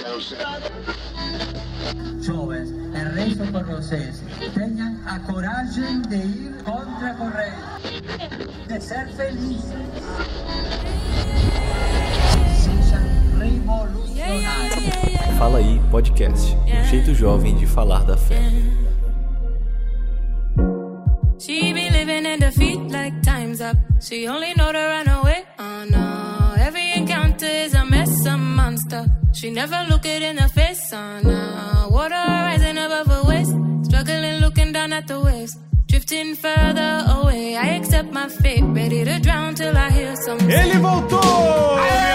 Jovens, rezo por vocês. Tenham a coragem de ir contra a corrente, de ser felizes. Sejam revolucionários. Fala aí, podcast. Um jeito jovem de falar da fé. She be living in defeat like time's up. She only know to run away. Oh no, every encounter is a mess, a monster. She never look it in the face. Oh no, water rising above her waist. Struggling, looking down at the waves. Drifting further away. I accept my fate, ready to drown till I hear some. Ele voltou!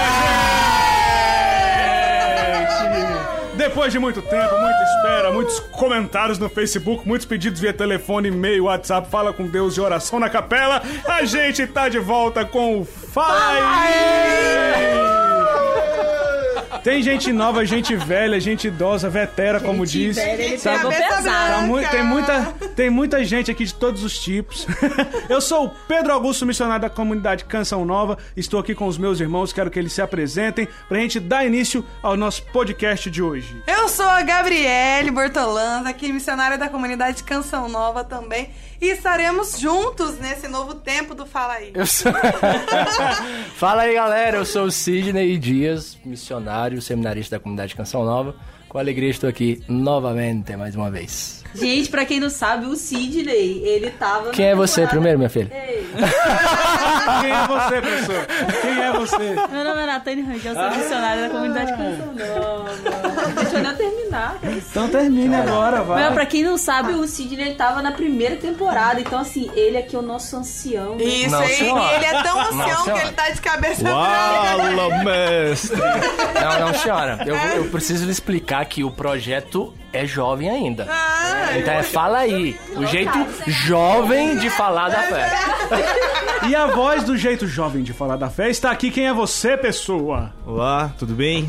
Depois de muito tempo, muita espera, muitos comentários no Facebook, muitos pedidos via telefone, e-mail, WhatsApp, fala com Deus e oração na capela, a gente tá de volta com o Fala aí! Tem gente nova, gente velha, gente idosa, vetera, como diz. Pegou pesado. Tem muita gente aqui de todos os tipos. Eu sou o Pedro Augusto, missionário da comunidade Canção Nova. Estou aqui com os meus irmãos, quero que eles se apresentem pra gente dar início ao nosso podcast de hoje. Eu sou a Gabriele Bortolanda, aqui missionária da comunidade Canção Nova também. E estaremos juntos nesse novo tempo do Fala Aí. Fala aí, galera. Eu sou o Sidney Dias, missionário, seminarista da comunidade Canção Nova. Com alegria estou aqui novamente, mais uma vez. Gente, pra quem não sabe, o Sidney, ele tava... Quem é você primeiro, minha filha? Ei. Quem é você, professor? Quem é você? Meu nome é Natane Rangel, sou missionária da comunidade Canção Nova. Deixa eu não terminar. Então termine agora, vai. Mas pra quem não sabe, o Sidney tava na primeira temporada. Então, assim, ele aqui é o nosso ancião. Isso, Não, senhora. ele é tão ancião Não, que senhora. ele tá de cabeça Fala, mestre! Não, senhora. Eu preciso lhe explicar que o projeto é jovem ainda. Então fala aí. O jeito jovem de falar da fé. E a voz do jeito jovem de falar da fé está aqui. Quem é você, pessoa? Olá, tudo bem?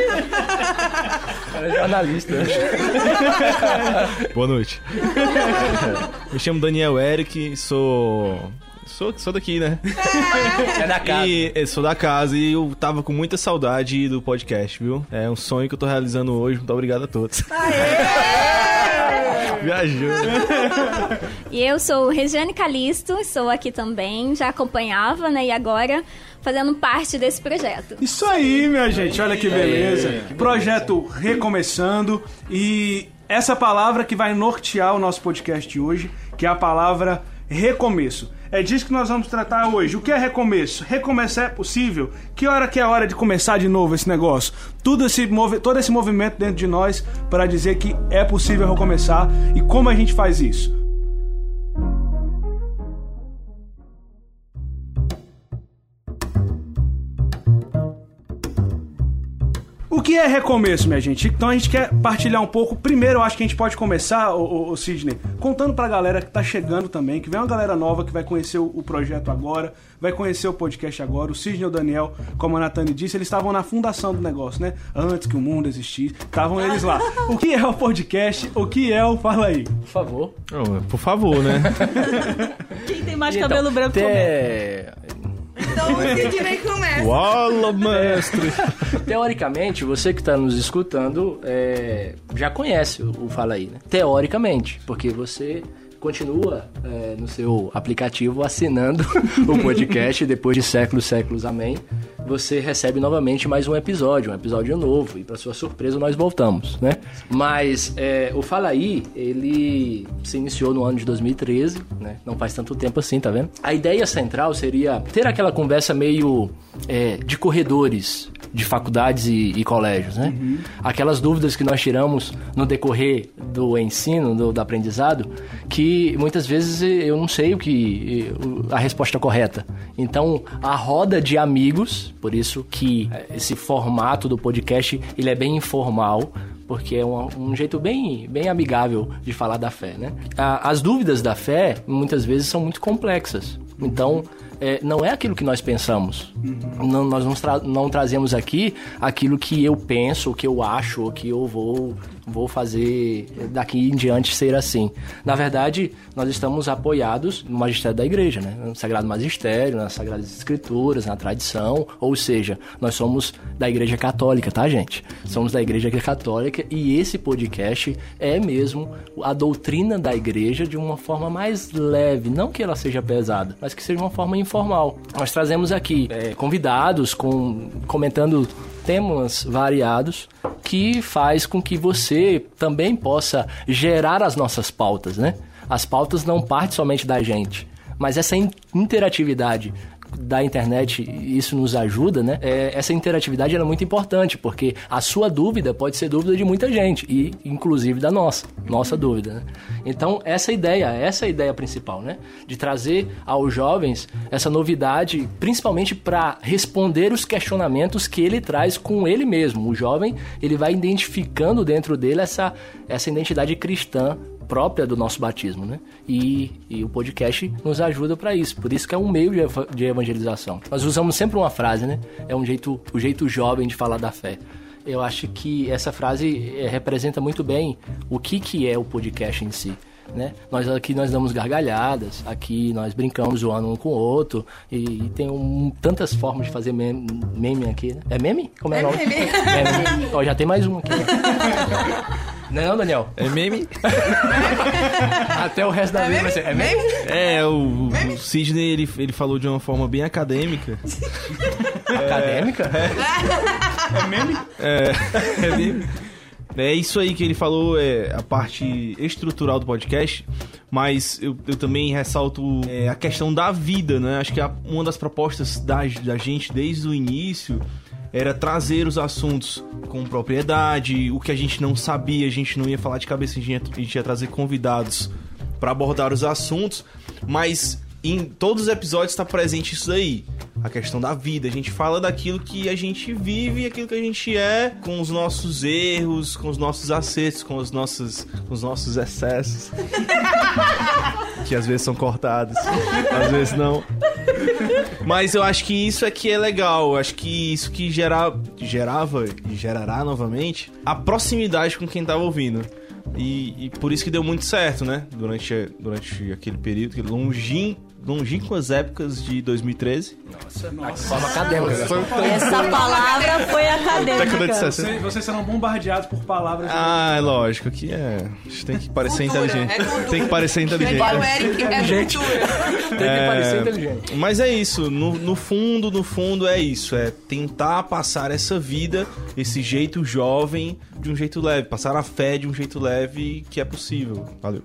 É jornalista. Boa noite. Me chamo Daniel Eric, sou daqui, né? É da casa. E sou da casa e eu tava com muita saudade do podcast, viu? É um sonho que eu tô realizando hoje. Muito obrigado a todos. Viajou. E eu sou Regiane Calisto, sou aqui também, já acompanhava, né? E agora fazendo parte desse projeto. Isso aí, minha gente, olha que beleza. Projeto recomeçando e essa palavra que vai nortear o nosso podcast de hoje, que é a palavra recomeço. É disso que nós vamos tratar hoje. O que é recomeço? Recomeçar é possível? Que hora que é a hora de começar de novo esse negócio? Todo esse movimento dentro de nós para dizer que é possível recomeçar e como a gente faz isso. O que é recomeço, minha gente? Então a gente quer partilhar um pouco. Primeiro, eu acho que a gente pode começar, o Sidney, contando pra galera que tá chegando também, que vem uma galera nova que vai conhecer o projeto agora, vai conhecer o podcast agora. O Sidney e o Daniel, como a Natane disse, eles estavam na fundação do negócio, né? Antes que o mundo existisse, estavam eles lá. O que é o podcast? O que é o Fala Aí? Por favor. Por favor, né? Quem tem mais cabelo branco começa. Então o Sidney começa. Fala, mestre! Teoricamente, você que está nos escutando já conhece o Fala Aí, né? Teoricamente, porque você continua no seu aplicativo assinando o podcast depois de séculos, amém. Você recebe novamente mais um episódio novo, e para sua surpresa nós voltamos, né? Mas o Fala Aí, ele se iniciou no ano de 2013, né? Não faz tanto tempo assim, tá vendo? A ideia central seria ter aquela conversa meio de corredores de faculdades e colégios, né? Uhum. Aquelas dúvidas que nós tiramos no decorrer do ensino, do aprendizado, que muitas vezes eu não sei a resposta correta. Então, a roda de amigos, por isso que esse formato do podcast, ele é bem informal, porque é um jeito bem amigável de falar da fé, né? As dúvidas da fé, muitas vezes, são muito complexas. Então, não é aquilo que nós pensamos. Nós não trazemos aqui aquilo que eu penso, o que eu acho, o que eu vou vou fazer daqui em diante ser assim. Na verdade, nós estamos apoiados no magistério da igreja, né? No Sagrado Magistério, nas Sagradas Escrituras, na tradição, ou seja, nós somos da igreja católica, tá, gente? Somos da igreja católica e esse podcast é mesmo a doutrina da igreja de uma forma mais leve, não que ela seja pesada, mas que seja uma forma informal. Nós trazemos aqui convidados comentando temas variados que faz com que você também possa gerar as nossas pautas, né? As pautas não partem somente da gente, mas essa interatividade da internet, isso nos ajuda, né? Essa interatividade é muito importante, porque a sua dúvida pode ser dúvida de muita gente, e inclusive da nossa dúvida, né? Então, essa é a ideia principal, né? De trazer aos jovens essa novidade, principalmente para responder os questionamentos que ele traz com ele mesmo. O jovem, ele vai identificando dentro dele essa identidade cristã própria do nosso batismo, né? E o podcast nos ajuda para isso. Por isso que é um meio de evangelização. Nós usamos sempre uma frase, né? É o jeito jovem de falar da fé. Eu acho que essa frase representa muito bem o que é o podcast em si, né? Aqui nós damos gargalhadas, aqui nós brincamos zoando um com o outro, e tem tantas formas de fazer meme aqui, né? É meme? Como é o nome? Meme. Ó, já tem mais um aqui, né? Não, Daniel? É meme? Até o resto da vida vai ser. É meme? O Sidney, ele falou de uma forma bem acadêmica. Acadêmica? É meme? É meme. É isso aí que ele falou, a parte estrutural do podcast, mas eu também ressalto a questão da vida, né? Acho que uma das propostas da gente desde o início era trazer os assuntos com propriedade, o que a gente não sabia, a gente não ia falar de cabeça, a gente ia trazer convidados para abordar os assuntos, mas em todos os episódios está presente isso aí, a questão da vida. A gente fala daquilo que a gente vive, aquilo que a gente é, com os nossos erros, com os nossos acertos, com os nossos excessos, que às vezes são cortados, às vezes não. Mas eu acho que isso aqui é legal. Eu acho que isso que gerava e gerará novamente a proximidade com quem tava ouvindo. E por isso que deu muito certo, né? Durante aquele período, longínquas épocas de 2013. Nossa. Forma acadêmica. Essa palavra foi acadêmica. Vocês serão bombardeados por palavras. É lógico que a gente tem que parecer inteligente. Tem que parecer inteligente. O Eric é cultura. Tem que parecer inteligente. Mas é isso, no fundo é isso. É tentar passar essa vida, esse jeito jovem, de um jeito leve. Passar a fé de um jeito leve que é possível. Valeu.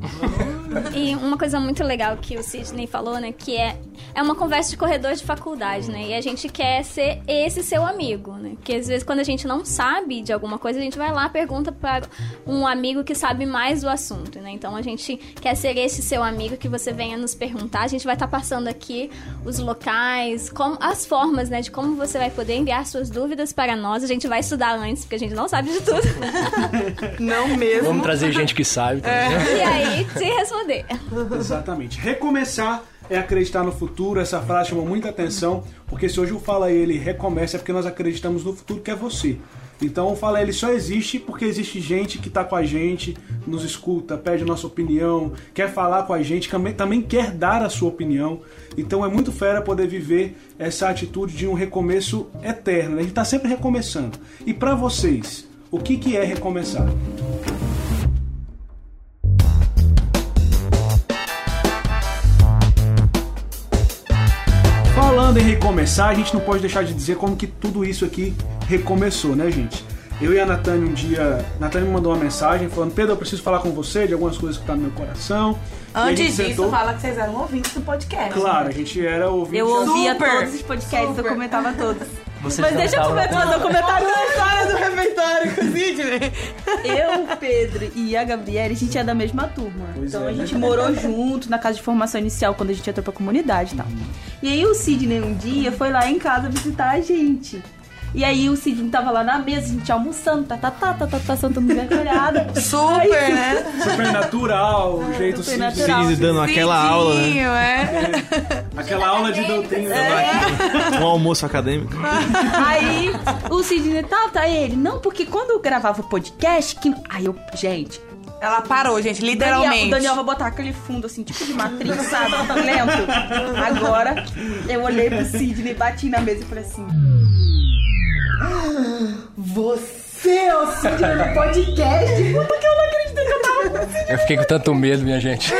E uma coisa muito legal que o Sidney falou, né, que é uma conversa de corredor de faculdade, né, e a gente quer ser esse seu amigo, né, porque às vezes quando a gente não sabe de alguma coisa, a gente vai lá, pergunta para um amigo que sabe mais do assunto, né, então a gente quer ser esse seu amigo que você venha nos perguntar. A gente vai estar passando aqui os locais, as formas, né, de como você vai poder enviar suas dúvidas para nós. A gente vai estudar antes, porque a gente não sabe de tudo. Não mesmo. Vamos trazer gente que sabe também. E aí, se responder. Exatamente. Recomeçar é acreditar no futuro. Essa frase chamou muita atenção, porque se hoje o Fala Aí ele recomeça, é porque nós acreditamos no futuro que é você. Então o Fala Aí ele só existe porque existe gente que tá com a gente, nos escuta, pede a nossa opinião, quer falar com a gente, também quer dar a sua opinião. Então é muito fera poder viver essa atitude de um recomeço eterno. A gente tá sempre recomeçando. E pra vocês, o que é recomeçar? Falando em recomeçar, a gente não pode deixar de dizer como que tudo isso aqui recomeçou, né, gente? Eu e a Natânia um dia... Natânia me mandou uma mensagem falando: Pedro, eu preciso falar com você de algumas coisas que tá no meu coração. Antes disso, fala que vocês eram ouvintes do podcast. Claro, a gente era ouvinte. Eu ouvia todos os podcasts, eu comentava todos. Você mas deixa eu fazer um comentário da história do refeitório com o Sidney. Eu, o Pedro e a Gabriela, a gente é da mesma turma. Então a gente morou junto na casa de formação inicial quando a gente entrou pra comunidade e tal. E aí o Sidney um dia foi lá em casa visitar a gente. E aí o Sidney tava lá na mesa, a gente almoçando, sentando gargalhada. Super, né? Super natural, o jeito super simples. natural. Sidney dando aquela aula, né? Aquela aula de doutrina. Um almoço acadêmico. Aí o Sidney tá ele. Não, porque quando eu gravava o podcast, que... Aí eu, gente... Ela parou, gente, literalmente. O Daniel vai botar aquele fundo assim, tipo de Matrix, sabe? Lento. Agora, eu olhei pro Sidney, bati na mesa e falei assim... Você é o Sidney no podcast? Porque eu não acreditei que eu tava com o Sidney. Eu fiquei com tanto medo, minha gente.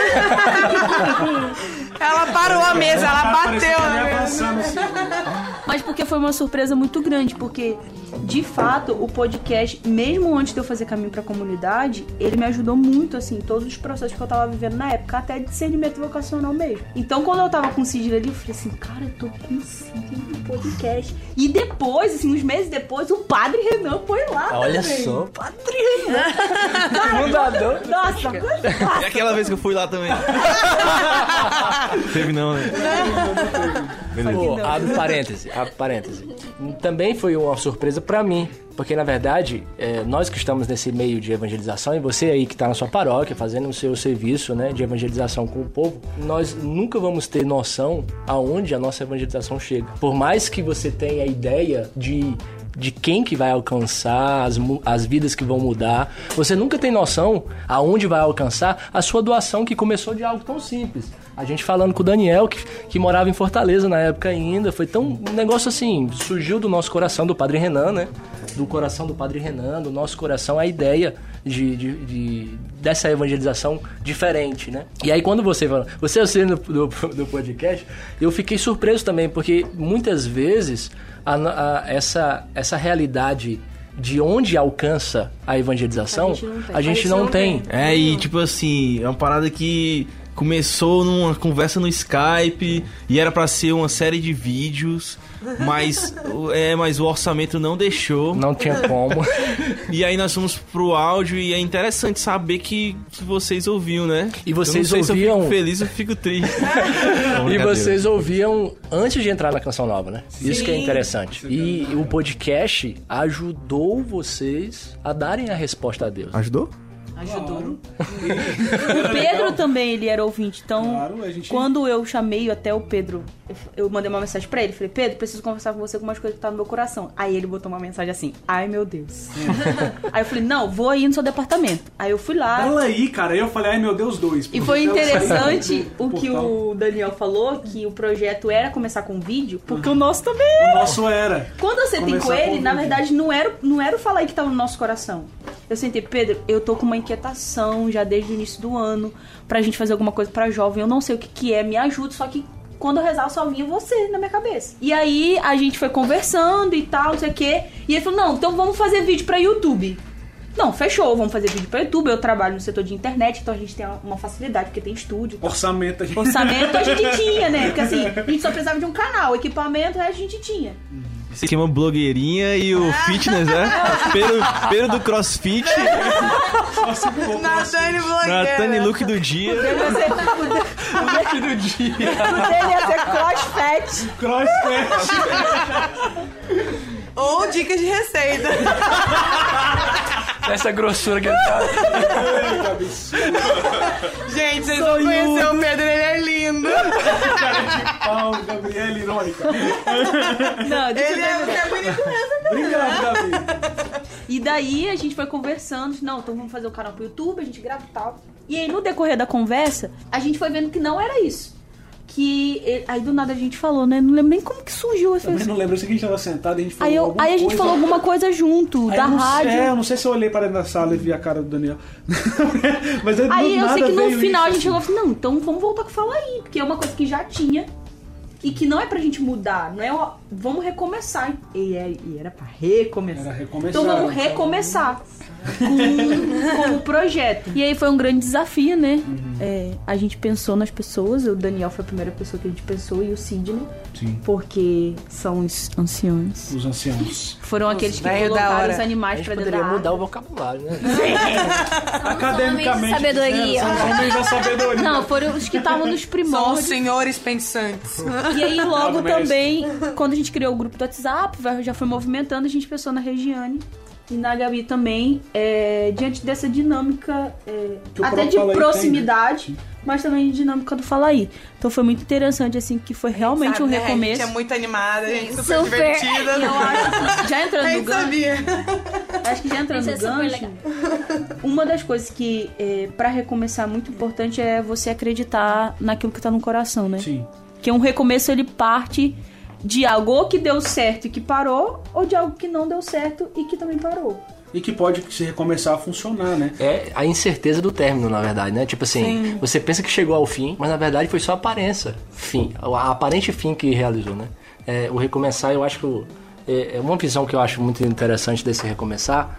Ela parou a mesa, ela bateu na mesa. Mas porque foi uma surpresa muito grande, porque de fato o podcast, mesmo antes de eu fazer caminho pra comunidade, ele me ajudou muito, assim, em todos os processos que eu tava vivendo na época, até de discernimento vocacional mesmo. Então quando eu tava com o Sidney ali, eu falei assim, cara, eu tô com o Sidney no podcast. E depois, assim, uns meses depois, o Padre Renan foi lá. Olha também. só, Padre Renan. Fundador. Nossa, coisa E aquela vez que eu fui lá também. Teve não, né? Pô, abre parêntese. Também foi uma surpresa pra mim, porque na verdade, nós que estamos nesse meio de evangelização, e você aí que tá na sua paróquia, fazendo o seu serviço, né, de evangelização com o povo, nós nunca vamos ter noção aonde a nossa evangelização chega. Por mais que você tenha a ideia de quem que vai alcançar, as vidas que vão mudar, você nunca tem noção aonde vai alcançar a sua doação, que começou de algo tão simples. A gente falando com o Daniel, que morava em Fortaleza na época ainda, foi tão um negócio assim, surgiu do nosso coração, do Padre Renan, né? Do coração do Padre Renan, do nosso coração, a ideia dessa evangelização diferente, né? E aí quando você fala, você é o Sidney do podcast, eu fiquei surpreso também, porque muitas vezes essa realidade de onde alcança a evangelização, a gente não tem. E tipo assim, é uma parada que começou numa conversa no Skype e era pra ser uma série de vídeos, mas o orçamento não deixou. Não tinha como. E aí nós fomos pro áudio e é interessante saber que vocês ouviam, né? E vocês eu não sei ouviam... se eu fico feliz ou fico triste. E vocês ouviam antes de entrar na Canção Nova, né? Sim. Isso que é interessante. E o podcast ajudou vocês a darem a resposta a Deus. Ajudou? Ajudou. O Pedro também, ele era ouvinte. Então, Claro, quando eu chamei até o Pedro, eu mandei uma mensagem pra ele. Falei, Pedro, preciso conversar com você com umas coisas que tá no meu coração. Aí ele botou uma mensagem assim, ai meu Deus. Aí eu falei, não, vou aí no seu departamento. Aí eu fui lá. Fala aí, cara. Eu falei, ai meu Deus, 2. E foi interessante o que o Daniel falou, que o projeto era começar com vídeo, porque o nosso também era. O nosso era. Quando eu sentei com ele, na verdade, não era o falar aí que tava no nosso coração. Eu sentei, Pedro, eu tô com uma inquietação já desde o início do ano pra gente fazer alguma coisa pra jovem. Eu não sei o que é, me ajuda, só que quando eu rezava só vinha você na minha cabeça. E aí a gente foi conversando e tal, não sei o quê. E ele falou, não, então vamos fazer vídeo pra YouTube. Não, fechou, vamos fazer vídeo pra YouTube. Eu trabalho no setor de internet, então a gente tem uma facilidade, porque tem estúdio. Orçamento a gente tinha, né? Porque assim, a gente só precisava de um canal, equipamento a gente tinha. Esse aqui é uma blogueirinha e o fitness, né? Pedro do CrossFit. Natane blogueira. Natane look do dia. Look do dia. O dele ia ser crossfit. Ou dicas de receita. Essa grossura que ele tá. Gente, vocês vão conhecer o Pedro, ele é lindo. Cara de pau, Gabriela irônica. Não, Ele é bonito mesmo. Obrigado, Gabi. E daí a gente foi conversando, não, então vamos fazer o canal pro YouTube, a gente grava e tal. E aí no decorrer da conversa, a gente foi vendo que não era isso. Aí do nada a gente falou, né? Não lembro nem como que surgiu essa. Também não lembro, eu sei que a gente tava sentado e a gente falou alguma Aí a gente coisa. falou alguma coisa junto, Aí da eu não rádio. eu não sei se eu olhei para dentro da sala e vi a cara do Daniel. Mas Aí eu sei que no final a gente assim. chegou e falou, não, então vamos voltar com o Fala Aí, porque é uma coisa que já tinha e que não é pra gente mudar, não é, vamos recomeçar. E era pra recomeçar. Era recomeçar. Então vamos recomeçar. com o projeto. E aí foi um grande desafio, né? A gente pensou nas pessoas, o Daniel foi a primeira pessoa que a gente pensou, e o Sidney. Sim. Porque são os anciões. Os anciãos. Foram aqueles que velho da colocaram hora. os A animais gente pra dentro poderia da mudar o árvore. vocabulário, né? Academicamente. sabedoria. São os homens da sabedoria. Não, foram os que estavam nos São os primórdios. senhores pensantes. E aí logo Logo mesmo. também, quando a gente criou o grupo do WhatsApp, já foi movimentando, a gente pensou na Regiane e na Gabi também, diante dessa dinâmica, Que o até próprio de Fala Aí proximidade, tem, né? mas também de dinâmica do Fala Aí. Então foi muito interessante, assim, que foi realmente um Sabe, né? A recomeço. gente é muito animada, a gente super, Super. divertida. Eu acho que, já A entrando no gente gancho, sabia. acho que já entrando Isso no é super gancho, legal. uma das coisas que, pra recomeçar, muito importante é você acreditar naquilo que tá no coração, né? Sim. Que um recomeço, ele parte de algo ou que deu certo e que parou, ou de algo que não deu certo e que também parou. E que pode se recomeçar a funcionar, né? É a incerteza do término, na verdade, né? Tipo assim, você pensa que chegou ao fim, mas na verdade foi só a aparência. Fim. A aparente fim que realizou, né? O recomeçar, eu acho que... É uma visão que eu acho muito interessante desse recomeçar.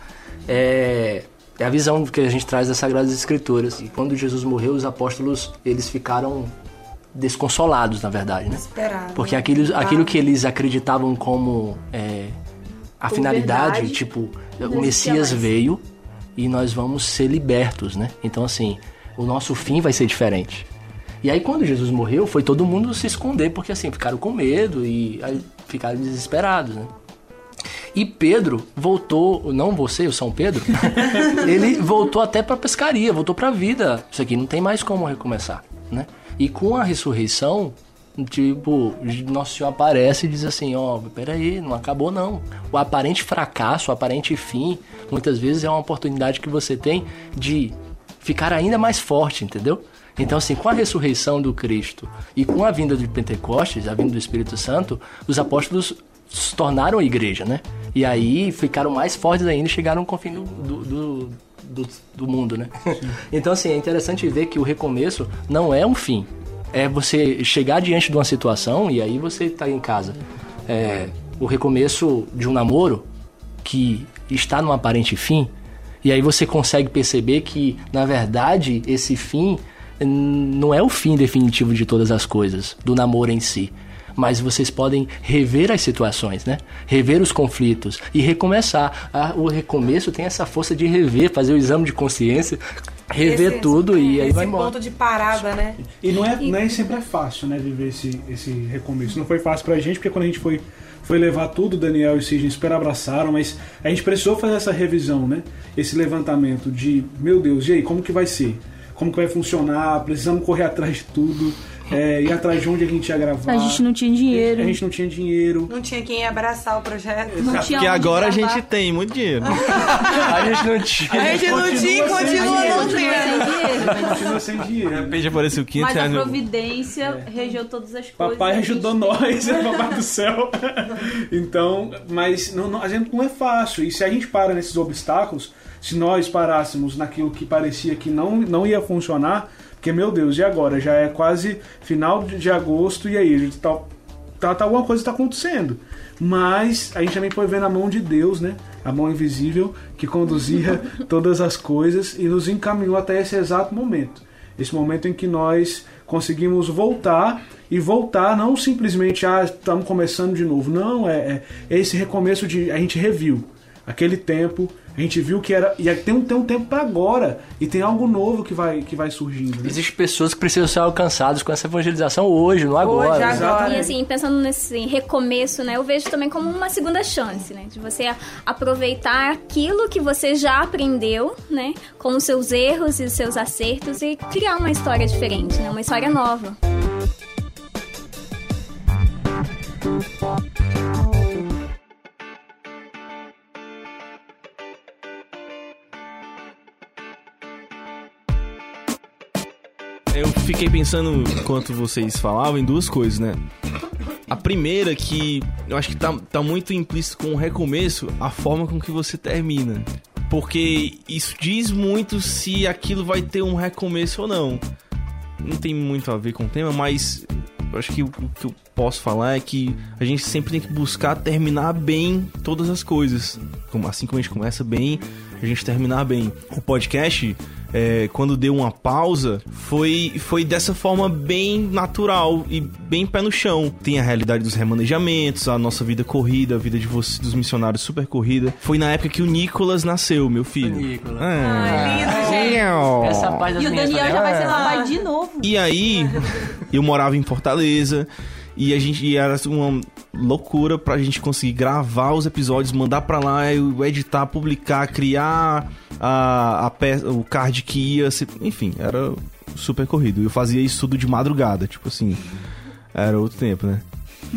É a visão que a gente traz das Sagradas Escrituras. E quando Jesus morreu, os apóstolos, eles ficaram desconsolados, na verdade, né? Esperado. Porque aquilo que eles acreditavam como a Por finalidade, verdade, tipo, não o Messias existia mais. veio e nós vamos ser libertos, né? Então, assim, o nosso fim vai ser diferente. E aí, quando Jesus morreu, foi todo mundo se esconder, porque, assim, ficaram com medo e aí ficaram desesperados, né? E Pedro voltou, não você, o São Pedro, ele voltou até pra pescaria, voltou pra vida. Isso aqui não tem mais como recomeçar, né? E com a ressurreição, tipo, Nosso Senhor aparece e diz assim, ó, peraí, não acabou não. O aparente fracasso, o aparente fim, muitas vezes é uma oportunidade que você tem de ficar ainda mais forte, entendeu? Então, assim, com a ressurreição do Cristo e com a vinda de Pentecostes, a vinda do Espírito Santo, os apóstolos se tornaram a igreja, né? E aí ficaram mais fortes ainda e chegaram ao confim do mundo, né? Então, assim, é interessante ver que o recomeço não é um fim. É você chegar diante de uma situação e aí você tá em casa. O recomeço de um namoro que está num aparente fim, e aí você consegue perceber que, na verdade, esse fim não é o fim definitivo de todas as coisas, do namoro em si. Mas vocês podem rever as situações, né? Rever os conflitos e recomeçar. O recomeço tem essa força de rever, fazer o exame de consciência, rever tudo e aí vai embora. Esse ponto de parada, né? E nem sempre é fácil, né, viver esse recomeço. Não foi fácil pra gente, porque quando a gente foi levar tudo, Daniel e Sidney super abraçaram, mas a gente precisou fazer essa revisão, né? Esse levantamento de, meu Deus, e aí, como que vai ser? Como que vai funcionar? Precisamos correr atrás de tudo. Ir atrás de onde a gente ia gravar. A gente não tinha dinheiro. A gente não tinha dinheiro. Não tinha quem ia abraçar o projeto. Não tinha Porque onde agora a gravar. gente tem muito dinheiro. A gente não tinha. A gente não tinha e continua não Sem tendo. dinheiro. Continua sem De dinheiro. repente apareceu 500 Mas a reais no... providência regeu todas as coisas. Papai e a gente- ajudou nós, papai do céu. Então, mas a gente não é fácil. E se a gente para nesses obstáculos, se nós parássemos naquilo que parecia que não ia funcionar, porque, meu Deus, e agora? Já é quase final de agosto, e aí? A gente alguma coisa está acontecendo. Mas a gente também foi ver na mão de Deus, né? A mão invisível que conduzia todas as coisas e nos encaminhou até esse exato momento. Esse momento em que nós conseguimos voltar, e voltar não simplesmente, estamos começando de novo. Não, é esse recomeço de... A gente reviu aquele tempo, a gente viu que era... E tem um tempo para agora, e tem algo novo que vai surgindo. Né? Existem pessoas que precisam ser alcançadas com essa evangelização hoje, não agora. Hoje, agora. E assim, pensando nesse recomeço, né, eu vejo também como uma segunda chance, né, de você aproveitar aquilo que você já aprendeu, né, com os seus erros e os seus acertos e criar uma história diferente, né, uma história nova. Eu fiquei pensando, enquanto vocês falavam, em duas coisas, né? A primeira, que eu acho que tá muito implícito com o recomeço, a forma com que você termina. Porque isso diz muito se aquilo vai ter um recomeço ou não. Não tem muito a ver com o tema, mas eu acho que o que eu posso falar é que a gente sempre tem que buscar terminar bem todas as coisas. assim como a gente começa bem, a gente terminar bem. O podcast, quando deu uma pausa, foi dessa forma bem natural e bem pé no chão. Tem a realidade dos remanejamentos, a nossa vida corrida, a vida dos missionários super corrida. Foi na época que o Nicolas nasceu, meu filho. Nicolas. Lindo, gente. Essa parte das E o minhas Daniel também. já vai ser papai de novo. E aí, eu morava em Fortaleza e era uma loucura pra gente conseguir gravar os episódios, mandar pra lá, eu editar, publicar, criar a peça, o card que ia... Enfim, era super corrido. Eu fazia isso tudo de madrugada, tipo assim, era outro tempo, né?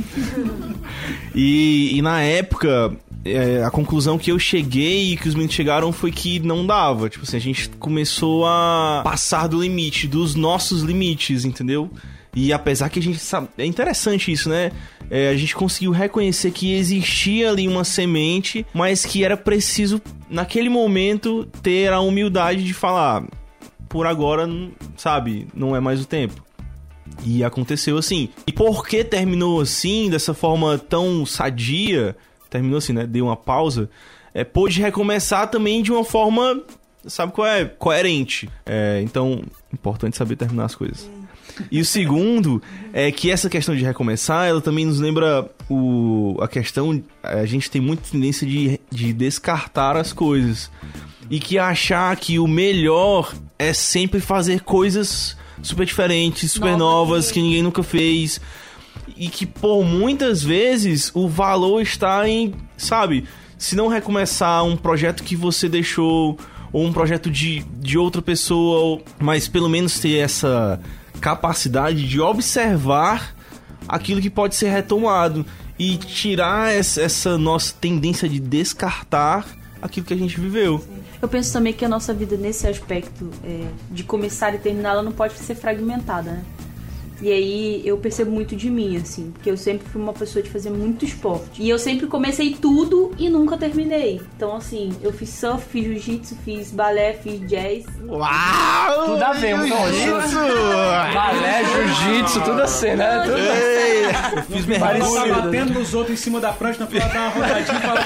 E na época... a conclusão que eu cheguei e que os meninos chegaram foi que não dava. Tipo assim, a gente começou a passar do limite, dos nossos limites, entendeu? E apesar que a gente sabe... É interessante isso, né? A gente conseguiu reconhecer que existia ali uma semente, mas que era preciso, naquele momento, ter a humildade de falar... Por agora, sabe, não é mais o tempo. E aconteceu assim. E por que terminou assim, dessa forma tão sadia... Terminou assim, né? Deu uma pausa. Pôde recomeçar também de uma forma, sabe qual é? Coerente. Então, importante saber terminar as coisas. E o segundo é que essa questão de recomeçar, ela também nos lembra a questão... A gente tem muita tendência de descartar as coisas. E que achar que o melhor é sempre fazer coisas super diferentes, super novas, que ninguém nunca fez... E que, por muitas vezes, o valor está em, sabe, se não recomeçar um projeto que você deixou, ou um projeto de outra pessoa, mas pelo menos ter essa capacidade de observar aquilo que pode ser retomado e tirar essa nossa tendência de descartar aquilo que a gente viveu. Eu penso também que a nossa vida, nesse aspecto de começar e terminar, ela não pode ser fragmentada, né? E aí eu percebo muito de mim, assim, porque eu sempre fui uma pessoa de fazer muito esporte. E eu sempre comecei tudo e nunca terminei. Então, assim, eu fiz surf, fiz jiu-jitsu, fiz balé, fiz jazz. Uau! Tudo a ver, Jiu-jitsu! Balé, jiu-jitsu, tudo assim, né? Tudo... Eu fiz Parece que tá mergulho. batendo nos outros em cima da prancha, na final dá uma rodadinha e fala...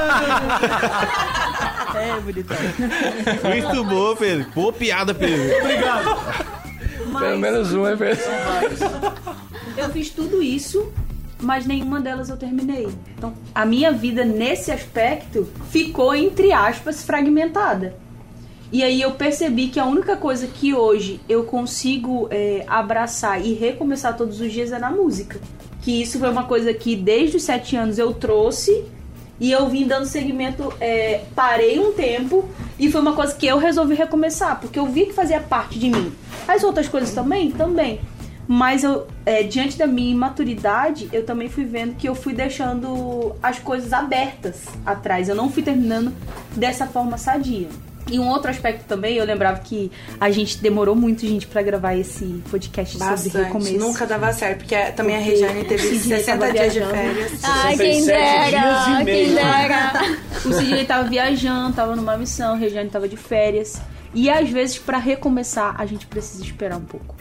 "Caramba!" Bonitão. Muito boa, Pedro. Boa piada, Pedro. Obrigado. Pelo menos um, é mesmo. Eu fiz tudo isso, mas nenhuma delas eu terminei. Então, a minha vida, nesse aspecto, ficou, entre aspas, fragmentada. E aí eu percebi que a única coisa que hoje eu consigo abraçar e recomeçar todos os dias é na música. Que isso foi uma coisa que desde os 7 anos eu trouxe e eu vim dando segmento, parei um tempo e foi uma coisa que eu resolvi recomeçar, porque eu vi que fazia parte de mim. As outras coisas também. Mas eu, diante da minha imaturidade, eu também fui vendo que eu fui deixando as coisas abertas atrás. Eu não fui terminando dessa forma sadia. E um outro aspecto também, eu lembrava que a gente demorou muito, gente, pra gravar esse podcast sobre recomeço. Nunca dava certo, porque também a Regiane teve 60 dias de férias. Ai, quem 67 dera, dias e quem meio. dera. O Sidney tava viajando, tava numa missão, a Regiane tava de férias. E às vezes, pra recomeçar, a gente precisa esperar um pouco.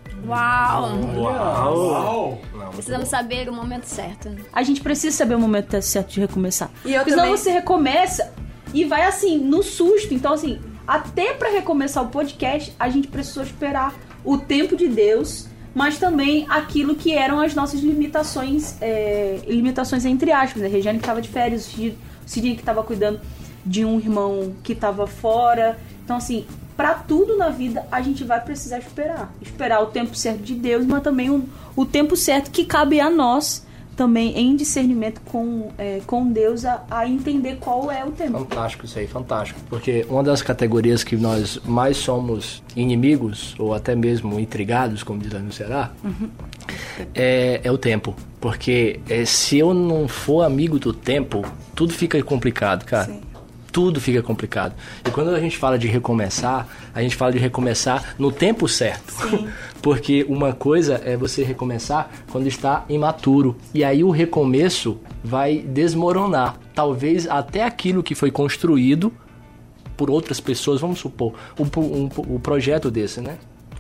Uau! Precisamos saber o momento certo. A gente precisa saber o momento certo de recomeçar. E eu Porque senão também- você recomeça e vai assim, no susto. Então, assim, até pra recomeçar o podcast, a gente precisou esperar o tempo de Deus, mas também aquilo que eram as nossas limitações, limitações entre aspas. A Regiane que tava de férias, o Sidney que tava cuidando de um irmão que tava fora. Então, assim, pra tudo na vida, a gente vai precisar esperar. Esperar o tempo certo de Deus, mas também o tempo certo que cabe a nós, também em discernimento com Deus, a entender qual é o tempo. Fantástico isso aí, fantástico. Porque uma das categorias que nós mais somos inimigos, ou até mesmo intrigados, como diz lá no Ceará, é o tempo. Porque se eu não for amigo do tempo, tudo fica complicado, cara. Sim. Tudo fica complicado. E quando a gente fala de recomeçar, a gente fala de recomeçar no tempo certo. Sim. Porque uma coisa é você recomeçar quando está imaturo. E aí o recomeço vai desmoronar. Talvez até aquilo que foi construído por outras pessoas, vamos supor, o projeto desse, né?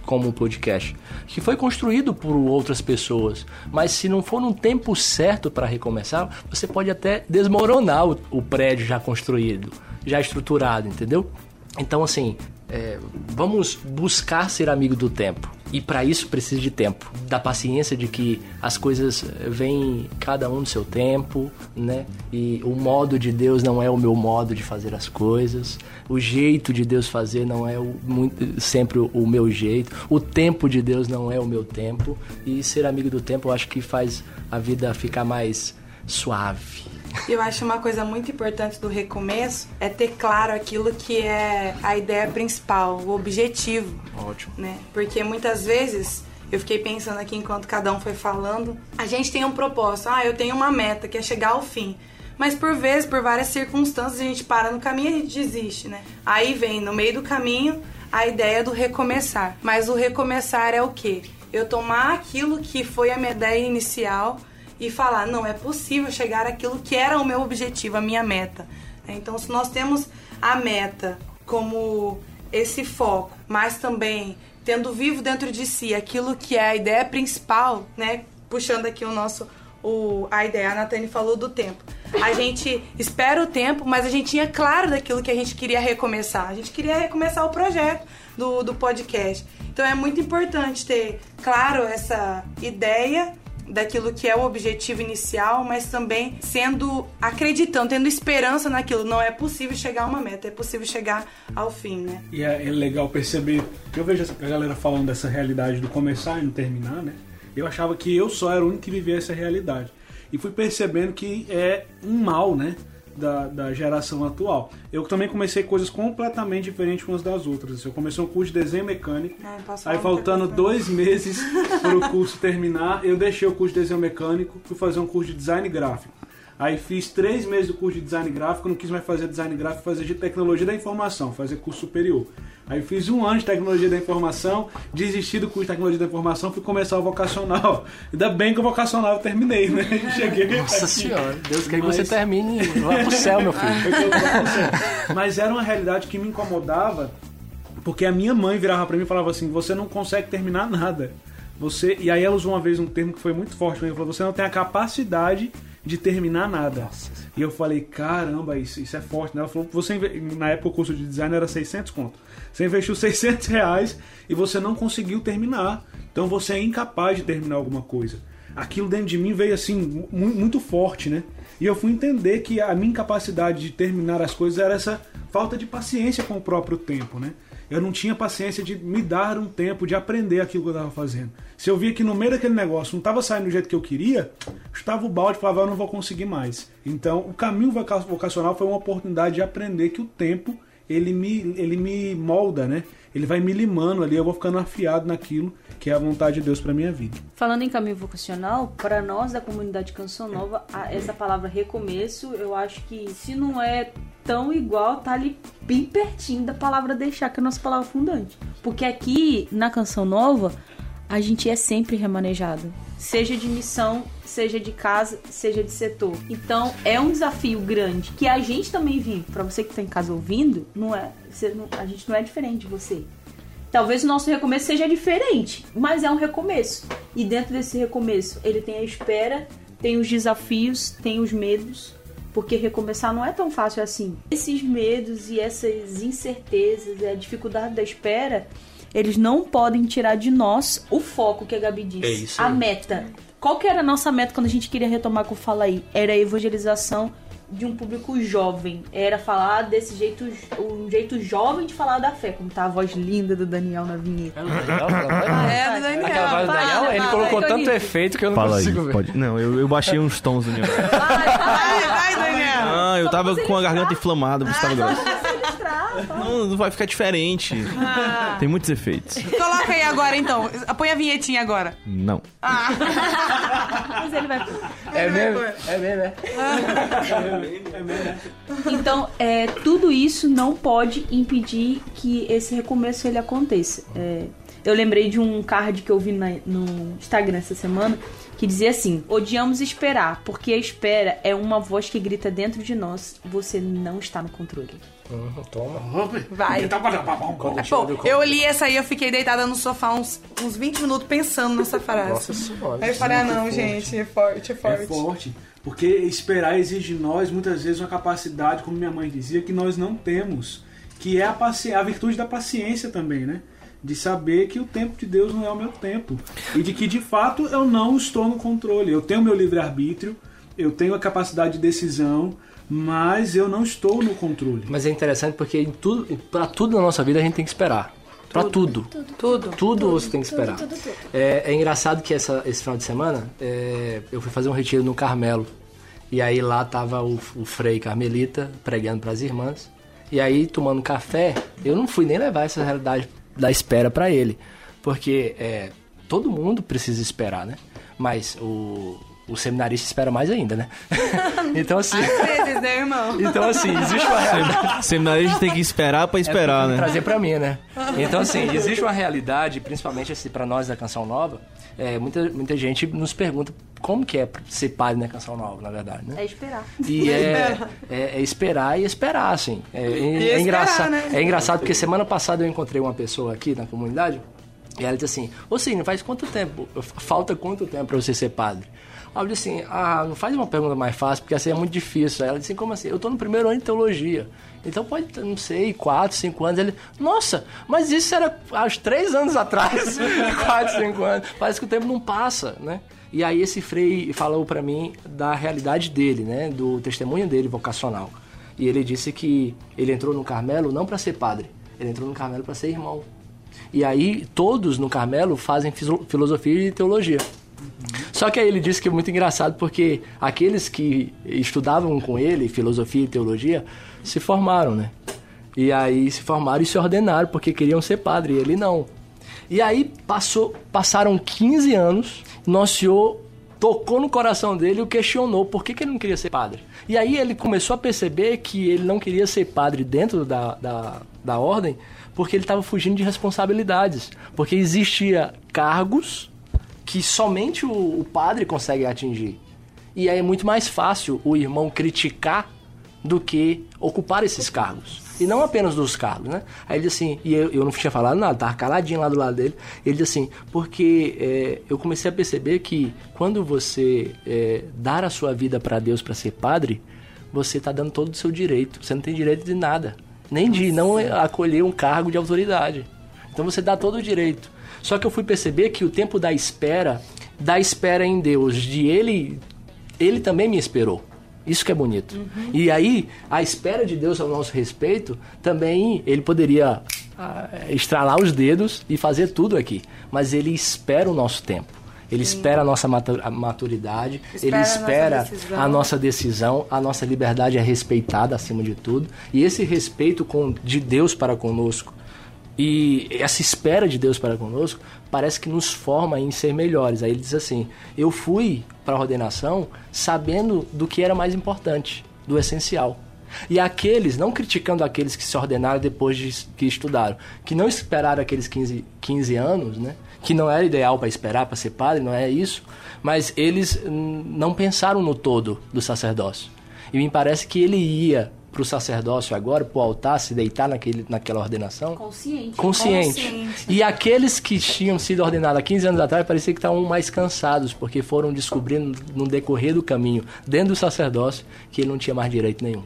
como um podcast, que foi construído por outras pessoas, mas se não for num tempo certo para recomeçar, você pode até desmoronar o prédio já construído, já estruturado, entendeu? Então, assim, vamos buscar ser amigo do tempo. E para isso precisa de tempo. Da paciência de que as coisas vêm cada um no seu tempo, né? E o modo de Deus não é o meu modo de fazer as coisas. O jeito de Deus fazer não é sempre o meu jeito. O tempo de Deus não é o meu tempo. E ser amigo do tempo eu acho que faz a vida ficar mais suave. Eu acho uma coisa muito importante do recomeço é ter claro aquilo que é a ideia principal, o objetivo. Ótimo. Né? Porque muitas vezes, eu fiquei pensando aqui enquanto cada um foi falando, a gente tem um propósito, eu tenho uma meta que é chegar ao fim. Mas por vezes, por várias circunstâncias, a gente para no caminho e a gente desiste, né? Aí vem, no meio do caminho, a ideia do recomeçar. Mas o recomeçar é o quê? Eu tomar aquilo que foi a minha ideia inicial e falar, não, é possível chegar àquilo que era o meu objetivo, a minha meta. Então, se nós temos a meta como esse foco, mas também tendo vivo dentro de si aquilo que é a ideia principal, né? Puxando aqui a ideia, a Nathane falou do tempo. A gente espera o tempo, mas a gente tinha claro daquilo que a gente queria recomeçar. A gente queria recomeçar o projeto do podcast. Então, é muito importante ter claro essa ideia daquilo que é o objetivo inicial, mas também acreditando, tendo esperança naquilo. Não é possível chegar a uma meta, é possível chegar ao fim, né? E é legal perceber, que eu vejo a galera falando dessa realidade do começar e não terminar, né? Eu achava que eu só era o único que vivia essa realidade. E fui percebendo que é um mal, né? Da geração atual. Eu também comecei coisas completamente diferentes umas das outras. Eu comecei um curso de desenho mecânico, aí faltando 2 meses para o curso terminar, eu deixei o curso de desenho mecânico, fui fazer um curso de design gráfico. Aí fiz 3 meses do curso de design gráfico, não quis mais fazer design gráfico, fazer de tecnologia da informação, fazer curso superior. Aí fiz 1 ano de tecnologia da informação, desisti do curso de tecnologia da informação, fui começar o vocacional. Ainda bem que o vocacional eu terminei, né? Cheguei. Nossa senhora, Deus quer que você termine, vá pro céu, meu filho. Mas era uma realidade que me incomodava, porque a minha mãe virava pra mim e falava assim, você não consegue terminar nada. E aí ela usou uma vez um termo que foi muito forte, ela falou, você não tem a capacidade de terminar nada. Nossa. E eu falei, caramba, isso é forte, né? Ela falou, na época o curso de design era 600 conto. Você investiu R$600 e você não conseguiu terminar. Então você é incapaz de terminar alguma coisa. Aquilo dentro de mim veio assim, muito forte, né? E eu fui entender que a minha incapacidade de terminar as coisas era essa falta de paciência com o próprio tempo, né? Eu não tinha paciência de me dar um tempo de aprender aquilo que eu estava fazendo. Se eu via que no meio daquele negócio não estava saindo do jeito que eu queria, chutava o balde e falava, eu não vou conseguir mais. Então, o caminho vocacional foi uma oportunidade de aprender que o tempo, ele me molda, né? Ele vai me limando ali, eu vou ficando afiado naquilo que é a vontade de Deus para minha vida. Falando em caminho vocacional, para nós da comunidade Canção Nova, essa palavra recomeço, eu acho que se não é tão igual, tá ali bem pertinho da palavra deixar, que é a nossa palavra fundante. Porque aqui, na Canção Nova, a gente é sempre remanejado. Seja de missão, seja de casa, seja de setor. Então, é um desafio grande, que a gente também vive. Para você que tá em casa ouvindo, a gente não é diferente de você. Talvez o nosso recomeço seja diferente, mas é um recomeço. E dentro desse recomeço, ele tem a espera, tem os desafios, tem os medos, porque recomeçar não é tão fácil assim. Esses medos e essas incertezas e a dificuldade da espera, eles não podem tirar de nós o foco que a Gabi disse. É isso. A meta. Qual que era a nossa meta quando a gente queria retomar com o Fala Aí? Era a evangelização de um público jovem. Era falar desse jeito, um jeito jovem de falar da fé, como tá a voz linda do Daniel na vinheta. É do Daniel. Aquela voz do Daniel, ele colocou tanto efeito que eu não consigo ver. Pode. Não, eu baixei uns tons do Daniel. Vai, Daniel. Ah, eu tava com a garganta inflamada, por isso tava grosso. Não vai ficar diferente. Tem muitos efeitos. Coloca aí agora, então. Põe a vinhetinha agora. Não. Mas ele vai... É mesmo, né? Então, tudo isso não pode impedir que esse recomeço ele aconteça. Eu lembrei de um card que eu vi no Instagram essa semana, que dizia assim: odiamos esperar, porque a espera é uma voz que grita dentro de nós, você não está no controle. Toma. Vai. Pô, eu li essa aí, eu fiquei deitada no sofá uns 20 minutos pensando nessa frase. Nossa senhora. Aí eu falei, não, gente, é forte. É forte. Porque esperar exige de nós, muitas vezes, uma capacidade, como minha mãe dizia, que nós não temos. Que é a virtude da paciência também, né? De saber que o tempo de Deus não é o meu tempo. E de que, de fato, eu não estou no controle. Eu tenho meu livre-arbítrio, eu tenho a capacidade de decisão, mas eu não estou no controle. Mas é interessante porque para tudo na nossa vida a gente tem que esperar. Para tudo. Tudo você tem que esperar. Tudo. É engraçado que esse final de semana eu fui fazer um retiro no Carmelo. E aí lá tava o frei carmelita pregando para as irmãs. E aí, tomando café, eu não fui nem levar essa realidade da espera para ele. Porque todo mundo precisa esperar, né? Mas o seminarista espera mais ainda, né? Então, assim... Às vezes, né, irmão? Então, assim, existe uma realidade... Seminarista tem que esperar pra esperar, né? Trazer pra mim, né? Então, assim, existe uma realidade, principalmente assim, pra nós da Canção Nova, muita gente nos pergunta como que é ser padre na Canção Nova, na verdade, né? É esperar. E é esperar e esperar, assim. É engraçado, né? É engraçado porque semana passada eu encontrei uma pessoa aqui na comunidade e ela disse assim, ô Cine, faz quanto tempo? Falta quanto tempo pra você ser padre? Aí eu disse assim, não faz uma pergunta mais fácil, porque assim é muito difícil. Aí ela disse assim, como assim? Eu tô no primeiro ano de teologia. Então pode, não sei, 4, 5 anos. Ele, nossa, mas isso era há 3 anos atrás. 4, 5 anos. Parece que o tempo não passa, né? E aí esse frei falou pra mim da realidade dele, né? Do testemunho dele vocacional. E ele disse que ele entrou no Carmelo não para ser padre. Ele entrou no Carmelo para ser irmão. E aí todos no Carmelo fazem filosofia e teologia. Só que aí ele disse que é muito engraçado porque aqueles que estudavam com ele filosofia e teologia se formaram, né? E aí se formaram e se ordenaram porque queriam ser padre, e ele não. E aí passaram 15 anos, Nosso Senhor tocou no coração dele e o questionou por que ele não queria ser padre. E aí ele começou a perceber que ele não queria ser padre dentro da ordem porque ele estava fugindo de responsabilidades. Porque existia cargos que somente o padre consegue atingir. E aí é muito mais fácil o irmão criticar do que ocupar esses cargos. E não apenas dos cargos, né? Aí ele disse assim, e eu não tinha falado nada, tava caladinho lá do lado dele. Ele disse assim, porque eu comecei a perceber que quando você dar a sua vida para Deus para ser padre, você tá dando todo o seu direito. Você não tem direito de nada. Nem de não acolher um cargo de autoridade. Então você dá todo o direito. Só que eu fui perceber que o tempo da espera em Deus, de ele também me esperou. Isso que é bonito. Uhum. E aí, a espera de Deus ao nosso respeito, também ele poderia estralar os dedos e fazer tudo aqui. Mas ele espera o nosso tempo. Ele espera a nossa maturidade, ele espera a nossa decisão, a nossa liberdade é respeitada acima de tudo. E esse respeito de Deus para conosco, e essa espera de Deus para conosco parece que nos forma em ser melhores. Aí ele diz assim, eu fui para a ordenação sabendo do que era mais importante, do essencial. E aqueles, não criticando aqueles que se ordenaram depois de que estudaram, que não esperaram aqueles 15 anos, né? Que não era ideal para esperar, para ser padre, não é isso, mas eles não pensaram no todo do sacerdócio. E me parece que ele ia para o sacerdócio agora, para o altar, se deitar naquela ordenação. Consciente. E aqueles que tinham sido ordenados há 15 anos atrás, parecia que estavam mais cansados, porque foram descobrindo no decorrer do caminho, dentro do sacerdócio, que ele não tinha mais direito nenhum.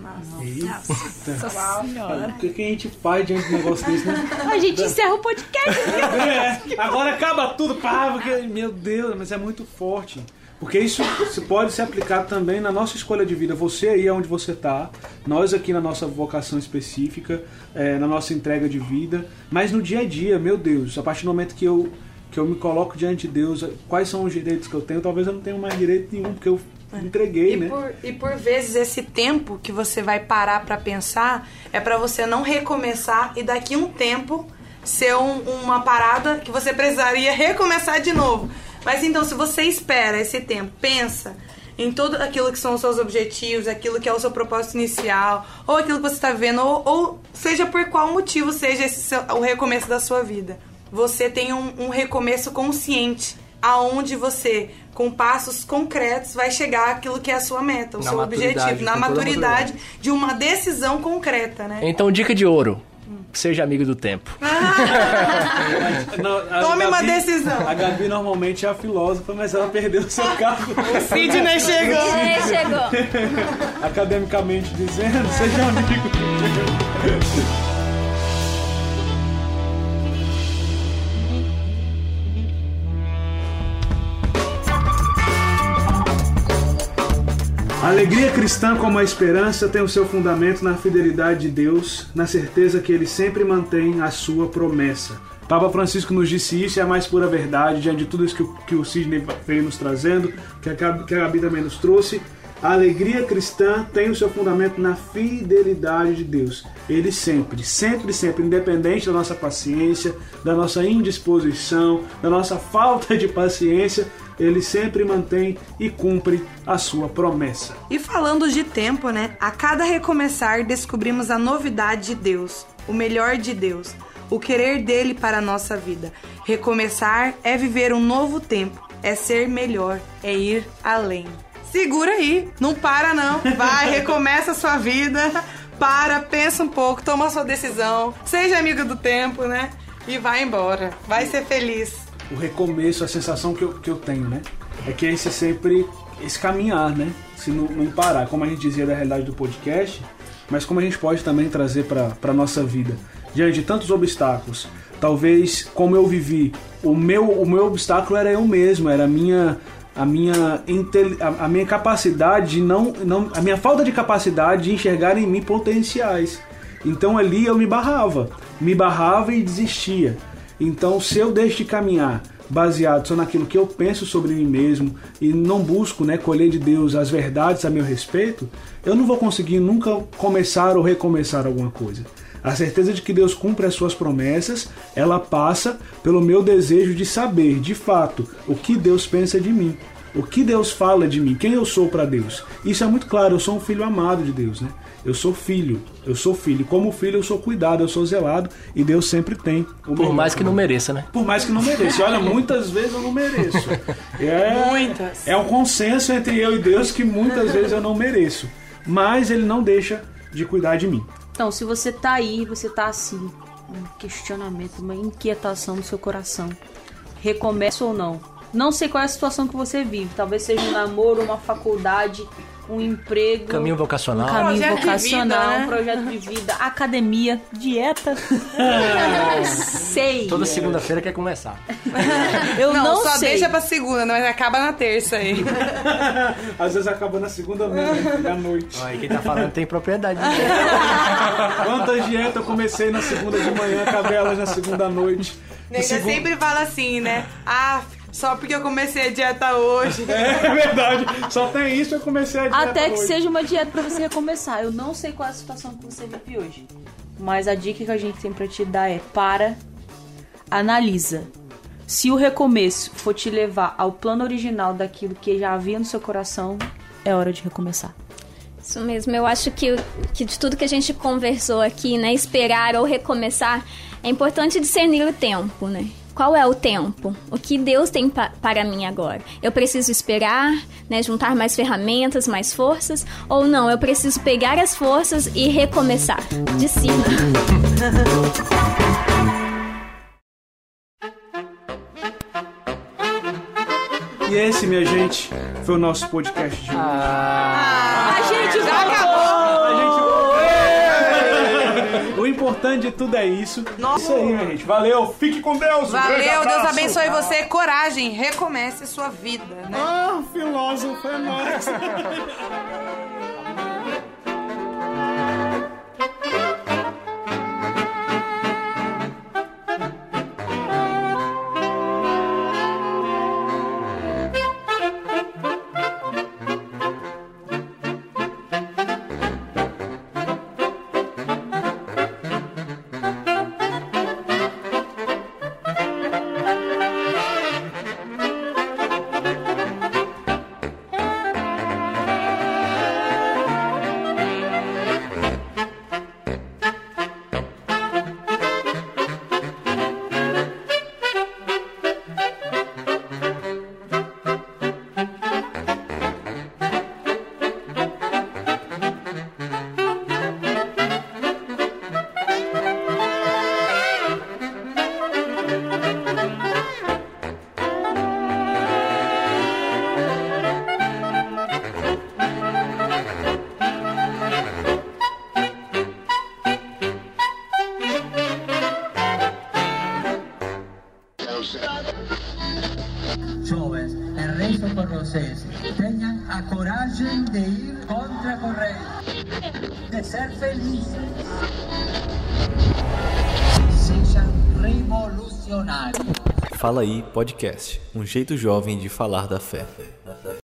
Nossa Senhora. O que a gente faz diante de um negócio desse, né? A gente encerra o podcast. Agora acaba tudo, porque, meu Deus, mas é muito forte. Porque isso pode ser aplicado também na nossa escolha de vida. Você aí é onde você está, nós aqui na nossa vocação específica, na nossa entrega de vida, mas no dia a dia, meu Deus, a partir do momento que eu me coloco diante de Deus, quais são os direitos que eu tenho? Talvez eu não tenha mais direito nenhum, porque eu entreguei, né? E por vezes esse tempo que você vai parar pra pensar é pra você não recomeçar e daqui um tempo ser uma parada que você precisaria recomeçar de novo. Mas então, se você espera esse tempo, pensa em tudo aquilo que são os seus objetivos, aquilo que é o seu propósito inicial, ou aquilo que você está vendo, ou seja por qual motivo seja o recomeço da sua vida. Você tem um recomeço consciente aonde você, com passos concretos, vai chegar àquilo que é a sua meta, o seu objetivo, na maturidade de uma decisão concreta, né? Então, dica de ouro. Seja amigo do tempo. Tome uma decisão. A Gabi normalmente é a filósofa, mas ela perdeu o seu cargo. O Sidney chegou. Chegou. Academicamente dizendo, seja amigo do tempo. A alegria cristã, como a esperança, tem o seu fundamento na fidelidade de Deus, na certeza que Ele sempre mantém a sua promessa. Papa Francisco nos disse isso, é a mais pura verdade, diante de tudo isso que o Sidney veio nos trazendo, que a Gabi também nos trouxe. A alegria cristã tem o seu fundamento na fidelidade de Deus. Ele sempre, independente da nossa paciência, da nossa indisposição, da nossa falta de paciência, Ele sempre mantém e cumpre a sua promessa. E falando de tempo, né? A cada recomeçar descobrimos a novidade de Deus, o melhor de Deus, o querer dele para a nossa vida. Recomeçar é viver um novo tempo, é ser melhor, é ir além. Segura aí, não para não, vai, recomeça a sua vida, pensa um pouco, toma a sua decisão, seja amigo do tempo, né? E vai embora, vai ser feliz. O recomeço, a sensação que eu tenho, né? É que esse caminhar, né? Se não parar, como a gente dizia da realidade do podcast, mas como a gente pode também trazer para a nossa vida. Diante de tantos obstáculos, talvez como eu vivi, o meu obstáculo era eu mesmo, era a minha capacidade de a minha falta de capacidade de enxergar em mim potenciais. Então ali eu me barrava e desistia. Então se eu deixo de caminhar baseado só naquilo que eu penso sobre mim mesmo e não busco, né, colher de Deus as verdades a meu respeito, eu não vou conseguir nunca começar ou recomeçar alguma coisa. A certeza de que Deus cumpre as suas promessas, ela passa pelo meu desejo de saber, de fato, o que Deus pensa de mim, o que Deus fala de mim, quem eu sou para Deus. Isso é muito claro, eu sou um filho amado de Deus, né? Eu sou filho. Como filho eu sou cuidado, eu sou zelado e Deus sempre tem o melhor. Por mais que não mereça, né? Por mais que não mereça. E olha, muitas vezes eu não mereço. Muitas. É um consenso entre eu e Deus que muitas vezes eu não mereço. Mas Ele não deixa de cuidar de mim. Então, se você tá aí, você tá assim, um questionamento, uma inquietação no seu coração. Recomeça ou não? Não sei qual é a situação que você vive. Talvez seja um namoro, uma faculdade, um emprego. Caminho vocacional. Um projeto de vida, academia, dieta. Sei. Toda segunda-feira quer começar. Eu não só sei. deixa pra segunda, mas acaba na terça aí. Às vezes acaba na segunda à noite. Olha, quem tá falando tem propriedade. Quantas dietas eu comecei na segunda de manhã, acabei elas na segunda à noite. Nega sempre fala assim, né? Só porque eu comecei a dieta hoje. É verdade. Só tem isso, eu comecei a dieta Até que hoje. seja uma dieta pra você recomeçar. Eu não sei qual é a situação que você vive hoje. Mas a dica que a gente tem pra te dar é: analisa. Se o recomeço for te levar ao plano original daquilo que já havia no seu coração, é hora de recomeçar. Isso mesmo, eu acho que de tudo que a gente conversou aqui, né, esperar ou recomeçar, é importante discernir o tempo, né? Qual é o tempo? O que Deus tem para mim agora? Eu preciso esperar, né, juntar mais ferramentas, mais forças? Ou não, eu preciso pegar as forças e recomeçar de cima. E esse, minha gente, foi o nosso podcast de hoje. A gente Já acabou! O importante de tudo é isso. Nossa. Isso aí, minha gente. Valeu, fique com Deus. Valeu, grande Deus abraço. abençoe você. Coragem, recomece sua vida, né? Filósofo é nóis. Jovens, rezo por vocês. Tenham a coragem de ir contra a corrente, de ser felizes. Sejam revolucionários. Fala aí, podcast. Um jeito jovem de falar da fé.